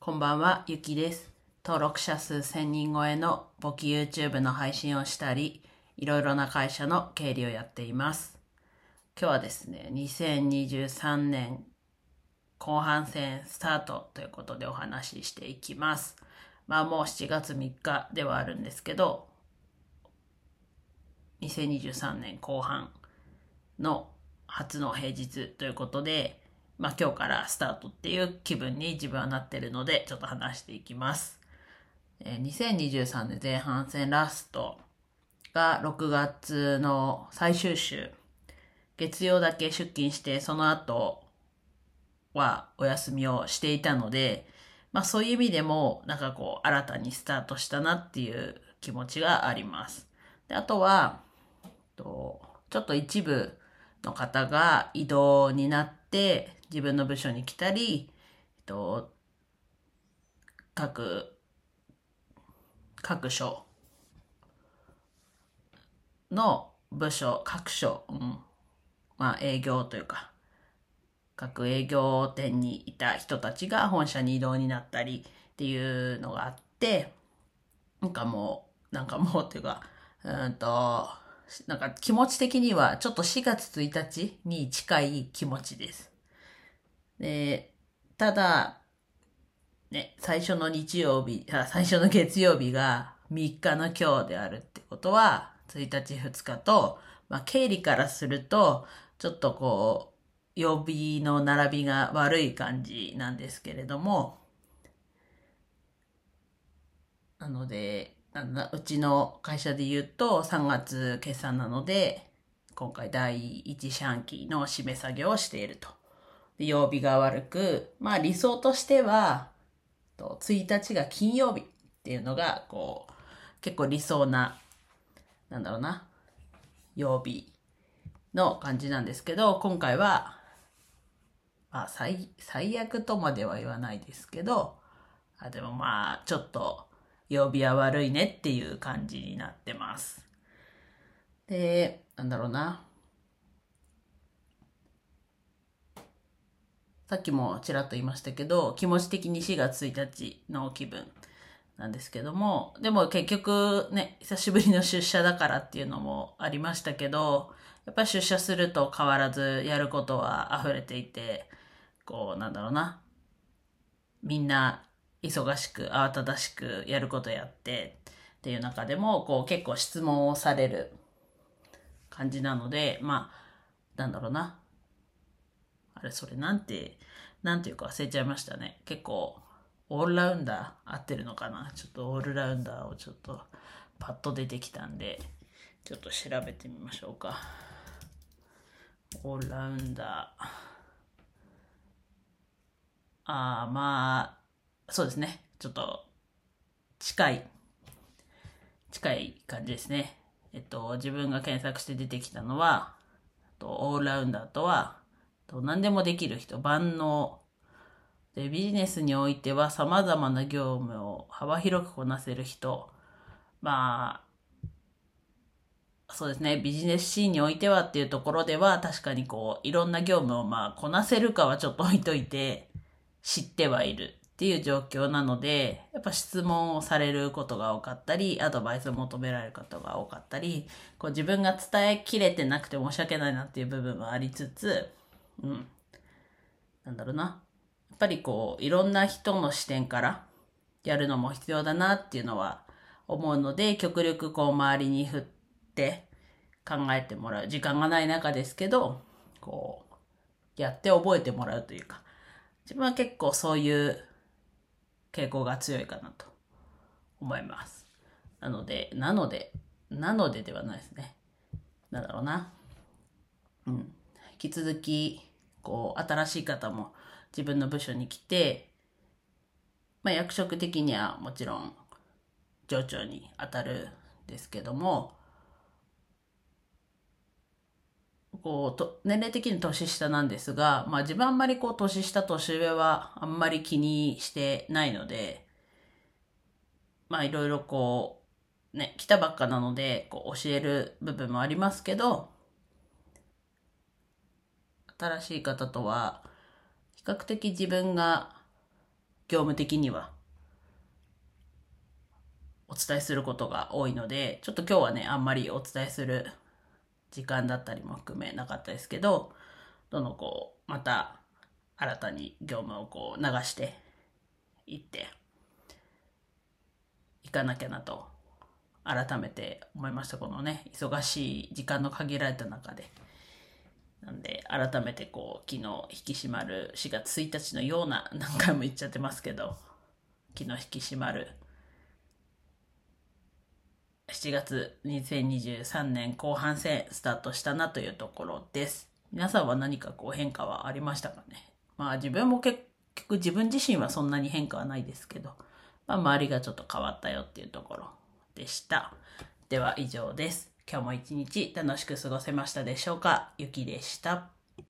こんばんは、ゆきです。登録者数1000人超えの簿記 YouTube の配信をしたり、いろいろな会社の経理をやっています。今日はですね、2023年後半戦スタートということでお話ししていきます。もう7月3日ではあるんですけど、2023年後半の初の平日ということで、今日からスタートっていう気分に自分はなってるので、ちょっと話していきます。2023年前半戦ラストが6月の最終週、月曜だけ出勤して、その後はお休みをしていたので、そういう意味でも、新たにスタートしたなっていう気持ちがあります。で、あとは、ちょっと一部の方が異動になって自分の部署に来たり、各所の部署、各所、営業というか、各営業店にいた人たちが本社に異動になったりっていうのがあって、っていうか、気持ち的にはちょっと4月1日に近い気持ちです。で、ただ、ね、最初の月曜日が3日の今日であるってことは、1日2日と、経理からすると、ちょっと曜日の並びが悪い感じなんですけれども、なので、うちの会社で言うと3月決算なので、今回第一四半期の締め作業をしていると。で曜日が悪く、理想としては、1日が金曜日っていうのが、結構理想な、曜日の感じなんですけど、今回は、最悪とまでは言わないですけど、でもちょっと、曜日は悪いねっていう感じになってます。で、さっきもちらっと言いましたけど、気持ち的に4月1日の気分なんですけども、でも結局ね、久しぶりの出社だからっていうのもありましたけど、やっぱり出社すると変わらずやることは溢れていて、みんな忙しく慌ただしくやることやってっていう中でも、結構質問をされる感じなので、それなんていうか忘れちゃいましたね。結構、オールラウンダー合ってるのかな。ちょっとオールラウンダーをちょっとパッと出てきたんで、ちょっと調べてみましょうか。オールラウンダー。そうですね。ちょっと近い感じですね。自分が検索して出てきたのは、オールラウンダーとは、何でもできる人、万能。で、ビジネスにおいては様々な業務を幅広くこなせる人。そうですね。ビジネスシーンにおいてはっていうところでは、確かにいろんな業務をこなせるかはちょっと置いといて、知ってはいるっていう状況なので、やっぱ質問をされることが多かったり、アドバイスを求められることが多かったり、自分が伝えきれてなくて申し訳ないなっていう部分もありつつ、やっぱりいろんな人の視点からやるのも必要だなっていうのは思うので、極力周りに振って考えてもらう。時間がない中ですけど、やって覚えてもらうというか、自分は結構そういう傾向が強いかなと思います。なのでではないですね。引き続き、新しい方も自分の部署に来て、役職的にはもちろん上長に当たるんですけども、年齢的に年下なんですが、自分あんまり年下年上はあんまり気にしてないので、いろいろ来たばっかなので、教える部分もありますけど、新しい方とは、比較的自分が業務的にはお伝えすることが多いので、ちょっと今日はね、あんまりお伝えする時間だったりも含めなかったですけど、どんどんこう、また新たに業務をこう流していっていかなきゃなと改めて思いました。このね、忙しい時間の限られた中で。なんで、改めてこう、昨日引き締まる4月1日のような、何回も言っちゃってますけど、昨日引き締まる7月2023年後半戦スタートしたなというところです。皆さんは何かこう変化はありましたかね。まあ自分も結局自分自身はそんなに変化はないですけど、まあ周りがちょっと変わったよっていうところでした。では以上です。今日も一日楽しく過ごせましたでしょうか。ゆきでした。